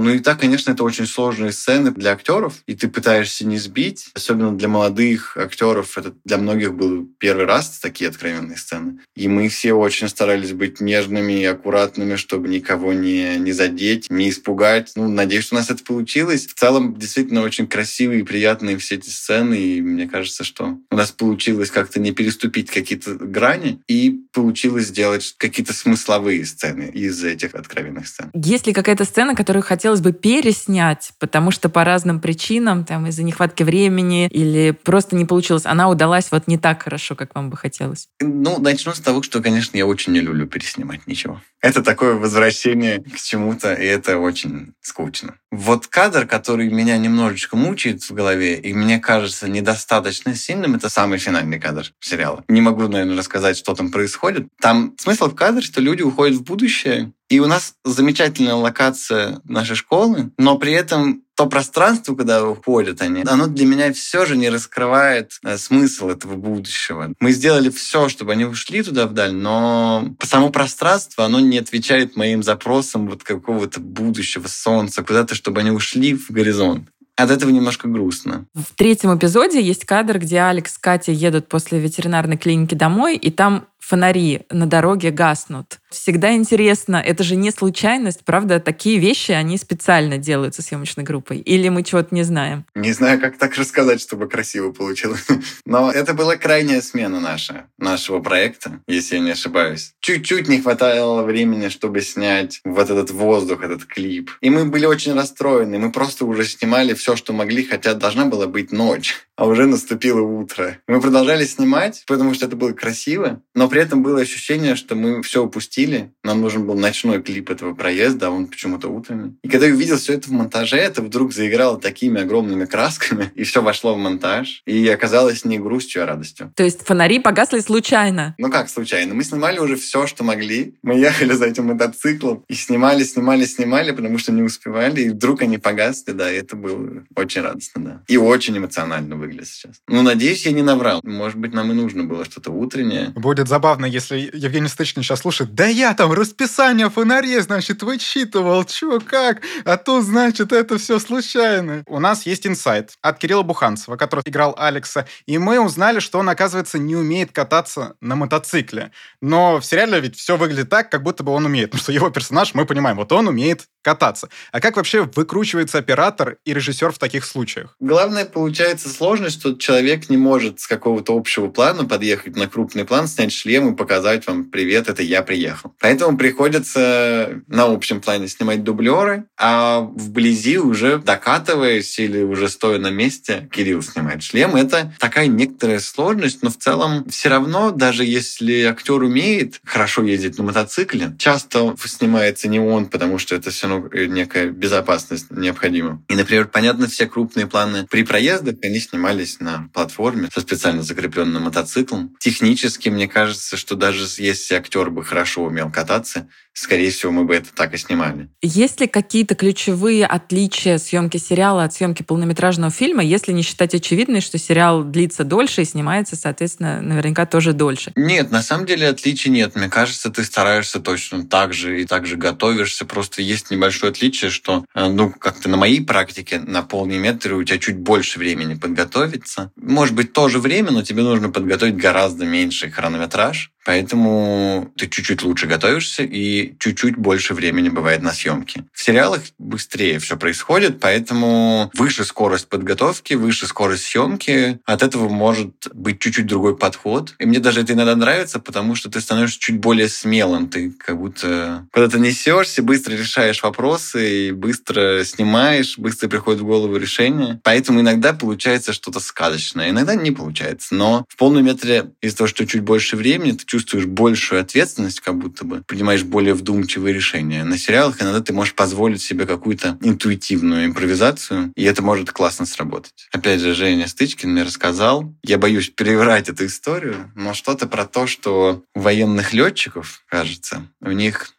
Ну и так, конечно, это очень сложные сцены для актеров, и ты пытаешься не сбить. Особенно для молодых актеров, это для многих был первый раз такие откровенные сцены. И мы все очень старались быть нежными и аккуратными, чтобы никого не, не задеть, не испугать. Ну, надеюсь, что у нас это получилось. В целом, действительно, очень красивые и приятные все эти сцены, и мне кажется, что у нас получилось как-то не переступить какие-то грани, и получилось сделать какие-то смысловые сцены из этих откровенных сцен. Есть ли какая-то сцена, которую хотелось бы переснять, потому что по разным причинам, там, из-за нехватки времени или просто не получилось, она удалась вот не так хорошо, как вам бы хотелось? Ну, начну с того, что, конечно, я очень не люблю переснимать ничего. Это такое возвращение к чему-то, и это очень скучно. Вот кадр, который меня немножечко мучает в голове, и мне кажется недостаточно сильным, это самый финальный кадр сериала. Не могу, наверное, рассказать, что там происходит. Там смысл в кадре, что люди уходят в будущее, и у нас замечательная локация нашей школы, но при этом то пространство, куда уходят они, оно для меня все же не раскрывает смысл этого будущего. Мы сделали все, чтобы они ушли туда вдаль, но само пространство, оно не отвечает моим запросам вот какого-то будущего солнца, куда-то, чтобы они ушли в горизонт. От этого немножко грустно. В третьем эпизоде есть кадр, где Алекс с Катей едут после ветеринарной клиники домой, и там фонари на дороге гаснут. Всегда интересно, это же не случайность, правда? Такие вещи, они специально делаются съемочной группой. Или мы чего-то не знаем? Не знаю, как так рассказать, чтобы красиво получилось. Но это была крайняя смена наша, нашего проекта, если я не ошибаюсь. Чуть-чуть не хватало времени, чтобы снять вот этот воздух, этот клип. И мы были очень расстроены. Мы просто уже снимали все, что могли, хотя должна была быть ночь, а уже наступило утро. Мы продолжали снимать, потому что это было красиво, но при этом было ощущение, что мы все упустили. Нам нужен был ночной клип этого проезда, а он почему-то утренний. И когда я увидел все это в монтаже, это вдруг заиграло такими огромными красками, и все вошло в монтаж. И оказалось не грустью, а радостью. То есть фонари погасли случайно? Ну как случайно? Мы снимали уже все, что могли. Мы ехали за этим мотоциклом и снимали, снимали, снимали, потому что не успевали. И вдруг они погасли, да, и это было очень радостно, да. И очень эмоционально выглядит сейчас. Ну, надеюсь, я не наврал. Может быть, нам и нужно было что-то утреннее. Будет забавно, если Евгений Стычкин сейчас слушает. Да я там расписание фонарей, значит, вычитывал. Чё, как? А то, значит, это все случайно. У нас есть инсайт от Кирилла Буханцева, который играл Алекса, и мы узнали, что он, оказывается, не умеет кататься на мотоцикле. Но в сериале ведь все выглядит так, как будто бы он умеет. Потому что его персонаж, мы понимаем, вот он умеет кататься. А как вообще выкручивается оператор и режиссер в таких случаях? Главное, получается сложность, что человек не может с какого-то общего плана подъехать на крупный план, снять шлем и показать вам: привет, это я приехал. Поэтому приходится на общем плане снимать дублеры, а вблизи уже докатываясь или уже стоя на месте, Кирилл снимает шлем. Это такая некоторая сложность, но в целом все равно, даже если актер умеет хорошо ездить на мотоцикле, часто снимается не он, потому что это все равно некая безопасность необходима. И, например, понятно, все крупные планы при проездах, они снимались на платформе со специально закрепленным мотоциклом. Технически, мне кажется, что даже если актер бы хорошо умел кататься, скорее всего, мы бы это так и снимали. Есть ли какие-то ключевые отличия съемки сериала от съемки полнометражного фильма, если не считать очевидной, что сериал длится дольше и снимается, соответственно, наверняка тоже дольше? Нет, на самом деле отличий нет. Мне кажется, ты стараешься точно так же и так же готовишься. Просто есть небольшое отличие, что, ну, как-то на моей практике на полный метр у тебя чуть больше времени подготовиться. Может быть, то же время, но тебе нужно подготовить гораздо меньший хронометраж. Поэтому ты чуть-чуть лучше готовишься и чуть-чуть больше времени бывает на съемке. В сериалах быстрее все происходит, поэтому выше скорость подготовки, выше скорость съемки. От этого может быть чуть-чуть другой подход. И мне даже это иногда нравится, потому что ты становишься чуть более смелым. Ты как будто куда-то несешься, быстро решаешь вопросы, и быстро снимаешь, быстро приходит в голову решение. Поэтому иногда получается что-то сказочное, иногда не получается. Но в полном метре из-за того, что чуть больше времени, ты чувствуешь большую ответственность, как будто бы принимаешь более вдумчивые решения. На сериалах иногда ты можешь позволить себе какую-то интуитивную импровизацию, и это может классно сработать. Опять же, Женя Стычкин мне рассказал, я боюсь переврать эту историю, но что-то про то, что у военных летчиков, кажется, у них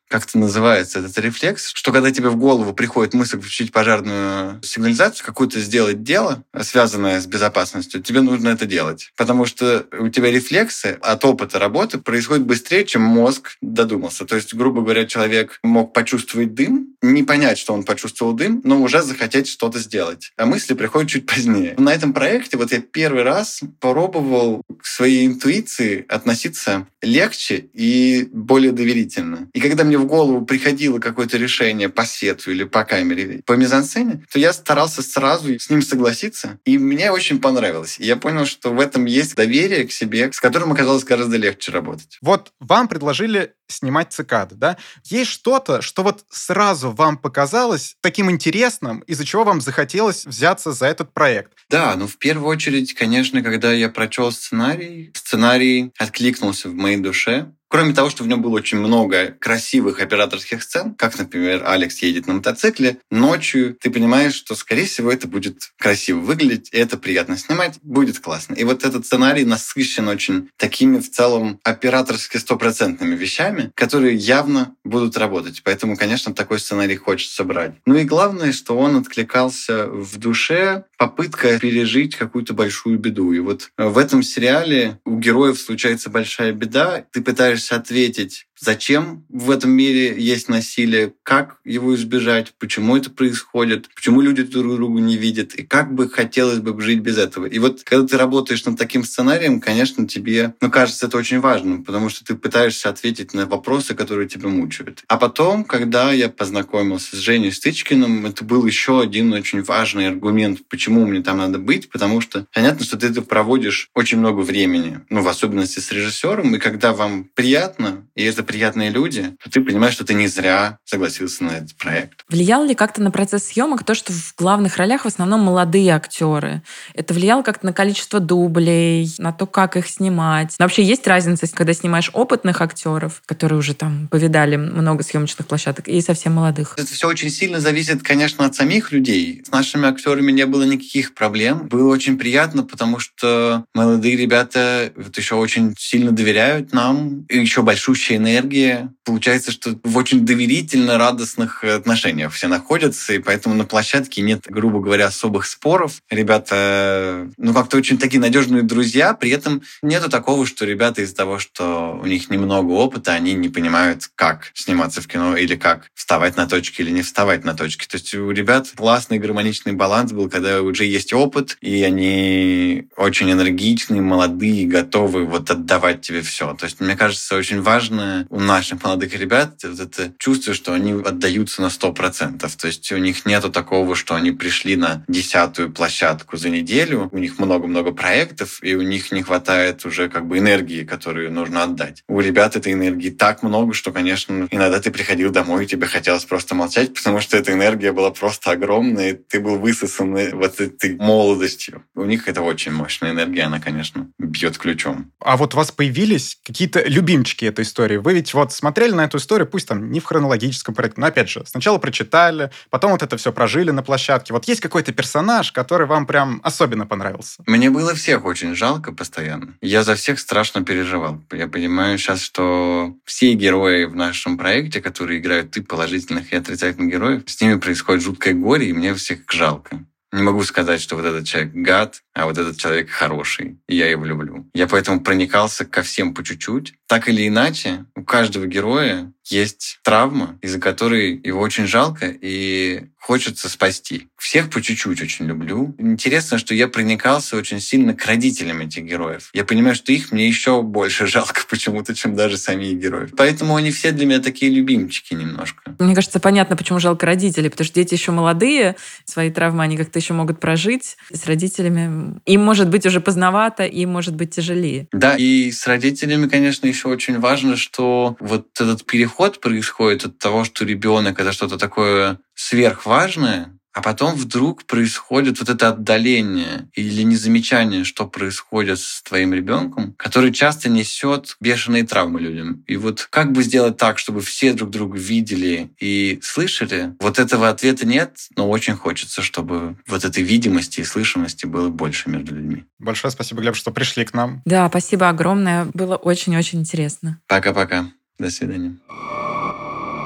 как это называется, этот рефлекс, что когда тебе в голову приходит мысль включить пожарную сигнализацию, какое-то сделать дело, связанное с безопасностью, тебе нужно это делать. Потому что у тебя рефлексы от опыта работы происходят быстрее, чем мозг додумался. То есть, грубо говоря, человек мог почувствовать дым, не понять, что он почувствовал дым, но уже захотеть что-то сделать. А мысли приходят чуть позднее. На этом проекте вот я первый раз попробовал к своей интуиции относиться легче и более доверительно. И когда мне в голову приходило какое-то решение по свету или по камере, по мизансцене, то я старался сразу с ним согласиться. И мне очень понравилось. И я понял, что в этом есть доверие к себе, с которым оказалось гораздо легче работать. Вот вам предложили снимать «Цикады», да? Есть что-то, что вот сразу вам показалось таким интересным, из-за чего вам захотелось взяться за этот проект? Да, ну в первую очередь, конечно, когда я прочел сценарий, сценарий откликнулся в моей душе. Кроме того, что в нем было очень много красивых операторских сцен, как, например, Алекс едет на мотоцикле, ночью ты понимаешь, что, скорее всего, это будет красиво выглядеть, и это приятно снимать, будет классно. И вот этот сценарий насыщен очень такими, в целом, операторски стопроцентными вещами, которые явно будут работать. Поэтому, конечно, такой сценарий хочется брать. Ну и главное, что он откликался в душе, попытка пережить какую-то большую беду. И вот в этом сериале у героев случается большая беда, ты пытаешься ответить, зачем в этом мире есть насилие, как его избежать, почему это происходит, почему люди друг друга не видят, и как бы хотелось бы жить без этого. И вот когда ты работаешь над таким сценарием, конечно, тебе, ну, кажется это очень важным, потому что ты пытаешься ответить на вопросы, которые тебя мучают. А потом, когда я познакомился с Женей Стычкиным, это был еще один очень важный аргумент, почему мне там надо быть, потому что понятно, что ты проводишь очень много времени, ну, в особенности с режиссером, и когда вам приятно, и это приятные люди, то ты понимаешь, что ты не зря согласился на этот проект. Влиял ли как-то на процесс съемок то, что в главных ролях в основном молодые актеры? Это влияло как-то на количество дублей, на то, как их снимать? Но вообще есть разница, когда снимаешь опытных актеров, которые уже там повидали много съемочных площадок, и совсем молодых? Это все очень сильно зависит, конечно, от самих людей. С нашими актерами не было никаких проблем. Было очень приятно, потому что молодые ребята вот еще очень сильно доверяют нам, и еще большущая энергия. Получается, что в очень доверительно радостных отношениях все находятся, и поэтому на площадке нет, грубо говоря, особых споров. Ребята, ну, как-то очень такие надежные друзья, при этом нету такого, что ребята из-за того, что у них немного опыта, они не понимают, как сниматься в кино или как вставать на точке или не вставать на точке. То есть у ребят классный гармоничный баланс был, когда уже есть опыт, и они очень энергичные, молодые, готовы вот отдавать тебе все. То есть, мне кажется, очень важно у наших молодых ребят вот это чувство, что они отдаются на сто процентов. То есть у них нету такого, что они пришли на десятую площадку за неделю, у них много-много проектов, и у них не хватает уже как бы энергии, которую нужно отдать. У ребят этой энергии так много, что, конечно, иногда ты приходил домой, и тебе хотелось просто молчать, потому что эта энергия была просто огромная, и ты был высосан вот этой молодостью. У них это очень мощная энергия, она, конечно, бьет ключом. А вот у вас появились какие-то любимчики этой истории? Вы ведь вот смотрели на эту историю, пусть там не в хронологическом порядке, но опять же, сначала прочитали, потом вот это все прожили на площадке. Вот есть какой-то персонаж, который вам прям особенно понравился? Мне было всех очень жалко постоянно. Я за всех страшно переживал. Я понимаю сейчас, что все герои в нашем проекте, которые играют и положительных, и отрицательных героев, с ними происходит жуткое горе, и мне всех жалко. Не могу сказать, что вот этот человек гад, а вот этот человек хороший, и я его люблю. Я поэтому проникался ко всем по чуть-чуть. Так или иначе, у каждого героя есть травма, из-за которой его очень жалко и хочется спасти. Всех по чуть-чуть очень люблю. Интересно, что я проникался очень сильно к родителям этих героев. Я понимаю, что их мне еще больше жалко почему-то, чем даже самих героев. Поэтому они все для меня такие любимчики немножко. Мне кажется, понятно, почему жалко родителей, потому что дети еще молодые, свои травмы они как-то еще могут прожить. С родителями им может быть уже поздновато, им может быть тяжелее. Да, и с родителями, конечно, еще очень важно, что вот этот переход происходит от того, что ребенок — это что-то такое сверхважное, а потом вдруг происходит вот это отдаление или незамечание, что происходит с твоим ребенком, который часто несет бешеные травмы людям. И вот как бы сделать так, чтобы все друг друга видели и слышали, вот этого ответа нет, но очень хочется, чтобы вот этой видимости и слышимости было больше между людьми. Большое спасибо, Глеб, что пришли к нам. Да, спасибо огромное. Было очень-очень интересно. Пока-пока. До свидания.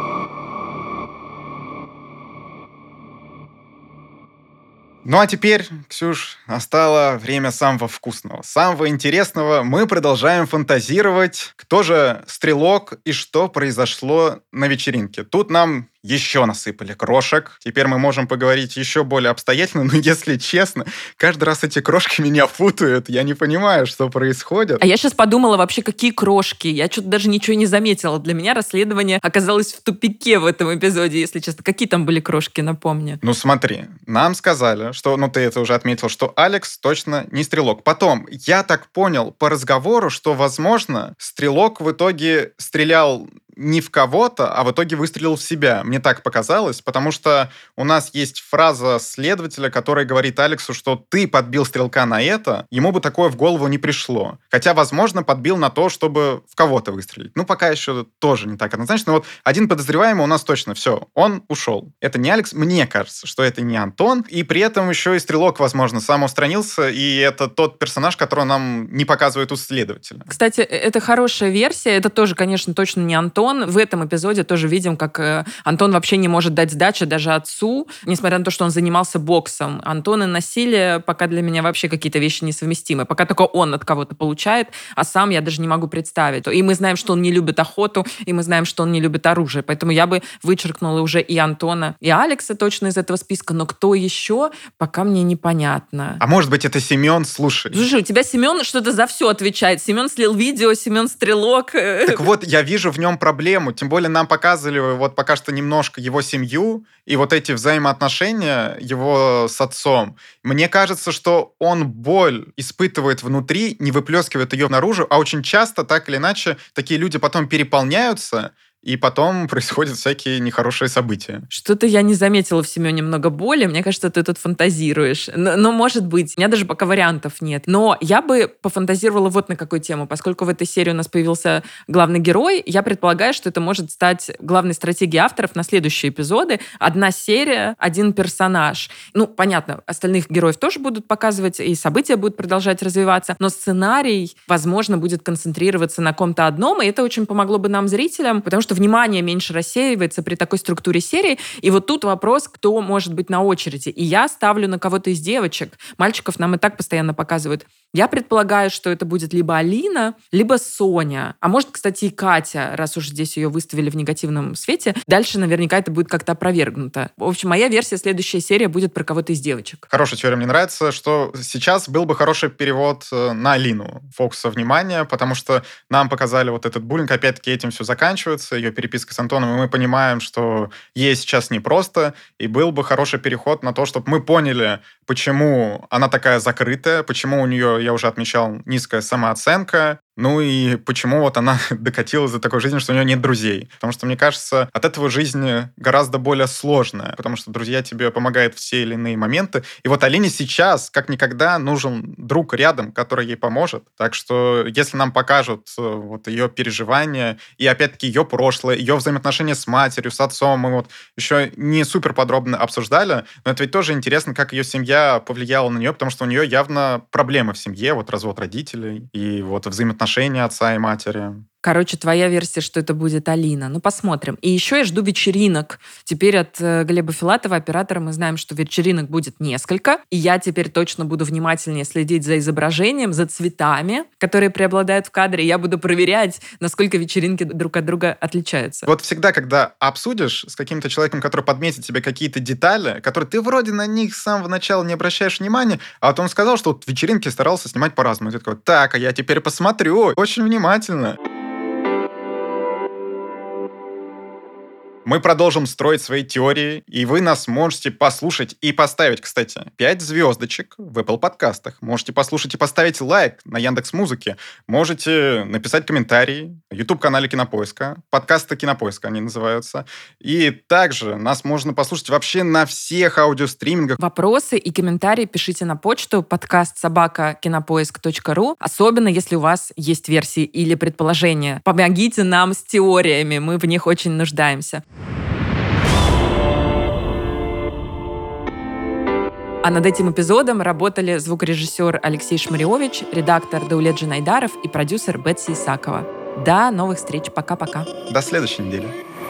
Ну а теперь, Ксюш, настало время самого вкусного, самого интересного. Мы продолжаем фантазировать, кто же стрелок и что произошло на вечеринке. Тут нам еще насыпали крошек. Теперь мы можем поговорить еще более обстоятельно, но если честно, каждый раз эти крошки меня путают. Я не понимаю, что происходит. А я сейчас подумала вообще, какие крошки. Я что-то даже ничего не заметила. Для меня расследование оказалось в тупике в этом эпизоде, если честно. Какие там были крошки, напомни. Ну смотри, нам сказали, что, ну ты это уже отметил, что Алекс точно не стрелок. Потом, я так понял по разговору, что, возможно, стрелок в итоге стрелял не в кого-то, а в итоге выстрелил в себя. Мне так показалось, потому что у нас есть фраза следователя, которая говорит Алексу, что ты подбил стрелка на это, ему бы такое в голову не пришло. Хотя, возможно, подбил на то, чтобы в кого-то выстрелить. Ну, пока еще тоже не так однозначно. Но вот один подозреваемый у нас точно все, он ушел. Это не Алекс, мне кажется, что это не Антон. И при этом еще и стрелок, возможно, сам устранился, и это тот персонаж, которого нам не показывают у следователя. Кстати, это хорошая версия, это тоже, конечно, точно не Антон. В этом эпизоде тоже видим, как Антон вообще не может дать сдачи даже отцу, несмотря на то, что он занимался боксом. Антон и насилие пока для меня вообще какие-то вещи несовместимы. Пока только он от кого-то получает, а сам я даже не могу представить. И мы знаем, что он не любит охоту, и мы знаем, что он не любит оружие. Поэтому я бы вычеркнула уже и Антона, и Алекса точно из этого списка. Но кто еще, пока мне непонятно. А может быть, это Семен? Слушай. Слушай, у тебя Семен что-то за все отвечает. Семен слил видео, Семен стрелок. Так вот, я вижу в нем проблему. Тем более нам показывали вот пока что немножко его семью и вот эти взаимоотношения его с отцом. Мне кажется, что он боль испытывает внутри, не выплескивает ее наружу, а очень часто, так или иначе, такие люди потом переполняются, и потом происходят всякие нехорошие события. Что-то я не заметила в Семене много боли. Мне кажется, ты тут фантазируешь. Но, но может быть. У меня даже пока вариантов нет. Но я бы пофантазировала вот на какую тему. Поскольку в этой серии у нас появился главный герой, я предполагаю, что это может стать главной стратегией авторов на следующие эпизоды. Одна серия, один персонаж. Ну, понятно, остальных героев тоже будут показывать, и события будут продолжать развиваться. Но сценарий, возможно, будет концентрироваться на ком-то одном, и это очень помогло бы нам, зрителям, потому что что внимание меньше рассеивается при такой структуре серии. И вот тут вопрос, кто может быть на очереди. И я ставлю на кого-то из девочек. Мальчиков нам и так постоянно показывают. Я предполагаю, что это будет либо Алина, либо Соня. А может, кстати, и Катя, раз уж здесь ее выставили в негативном свете. Дальше наверняка это будет как-то опровергнуто. В общем, моя версия, следующая серия будет про кого-то из девочек. Хорошая теория. Мне нравится, что сейчас был бы хороший перевод на Алину. Фокуса внимания, потому что нам показали вот этот буллинг. Опять-таки этим все заканчивается. Ее переписка с Антоном, и мы понимаем, что ей сейчас непросто, и был бы хороший переход на то, чтобы мы поняли, почему она такая закрытая, почему у нее, я уже отмечал, низкая самооценка, ну и почему вот она докатилась до такой жизни, что у нее нет друзей. Потому что, мне кажется, от этого жизнь гораздо более сложная, потому что друзья тебе помогают в все или иные моменты. И вот Алине сейчас, как никогда, нужен друг рядом, который ей поможет. Так что, если нам покажут вот ее переживания, и опять-таки ее прошлое, ее взаимоотношения с матерью, с отцом, мы вот еще не супер подробно обсуждали, но это ведь тоже интересно, как ее семья повлияла на нее, потому что у нее явно проблемы в семье, вот развод родителей и вот взаимоотношения отца и матери. Короче, твоя версия, что это будет Алина. Ну, посмотрим. И еще я жду вечеринок. Теперь от э, Глеба Филатова, оператора, мы знаем, что вечеринок будет несколько. И я теперь точно буду внимательнее следить за изображением, за цветами, которые преобладают в кадре. Я буду проверять, насколько вечеринки друг от друга отличаются. Вот всегда, когда обсудишь с каким-то человеком, который подметит тебе какие-то детали, которые ты вроде на них с самого начала не обращаешь внимания, а вот он сказал, что вот вечеринки старался снимать по-разному. И ты такой, так, а я теперь посмотрю очень внимательно. Мы продолжим строить свои теории, и вы нас можете послушать и поставить, кстати, пять звездочек в Apple подкастах. Можете послушать и поставить лайк на Яндекс.Музыке. Можете написать комментарий на YouTube-канале Кинопоиска. Подкасты Кинопоиска они называются. И также нас можно послушать вообще на всех аудиостримингах. Вопросы и комментарии пишите на почту подкаст собака кинопоиск точка ру, особенно если у вас есть версии или предположения. Помогите нам с теориями, мы в них очень нуждаемся. А над этим эпизодом работали звукорежиссер Алексей Шмариович, редактор Даулет Джинайдаров и продюсер Бетси Исакова. До новых встреч. Пока-пока. До следующей недели.